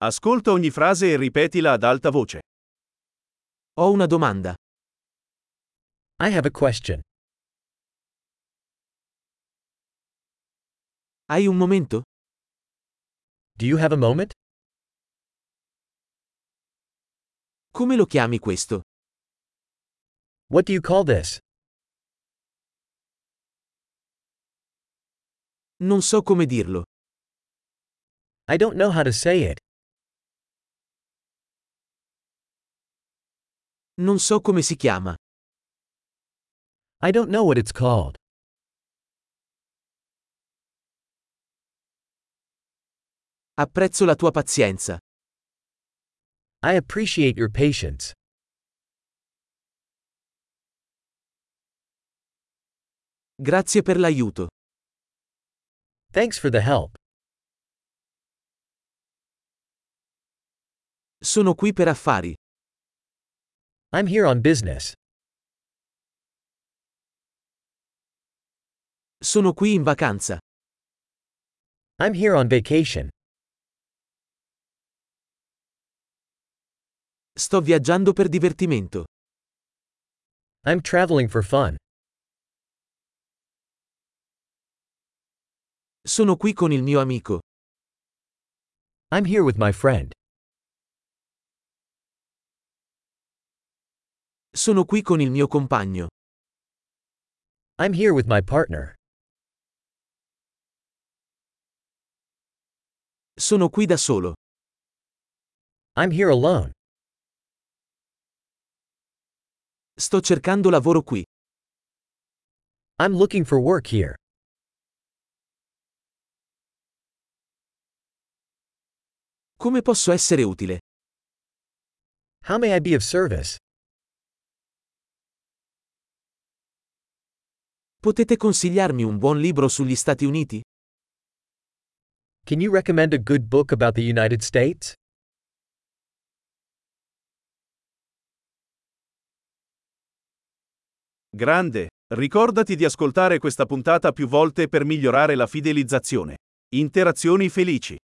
Ascolta ogni frase e ripetila ad alta voce. Ho una domanda. I have a question. Hai un momento? Do you have a moment? Come lo chiami questo? What do you call this? Non so come dirlo. I don't know how to say it. Non so come si chiama. I don't know what it's called. Apprezzo la tua pazienza. I appreciate your patience. Grazie per l'aiuto. Thanks for the help. Sono qui per affari. I'm here on business. Sono qui in vacanza. I'm here on vacation. Sto viaggiando per divertimento. I'm traveling for fun. Sono qui con il mio amico. I'm here with my friend. Sono qui con il mio compagno. I'm here with my partner. Sono qui da solo. I'm here alone. Sto cercando lavoro qui. I'm looking for work here. Come posso essere utile? How may I be of service? Potete consigliarmi un buon libro sugli Stati Uniti? Can you recommend a good book about the United States? Grande! Ricordati di ascoltare questa puntata più volte per migliorare la fidelizzazione. Interazioni felici.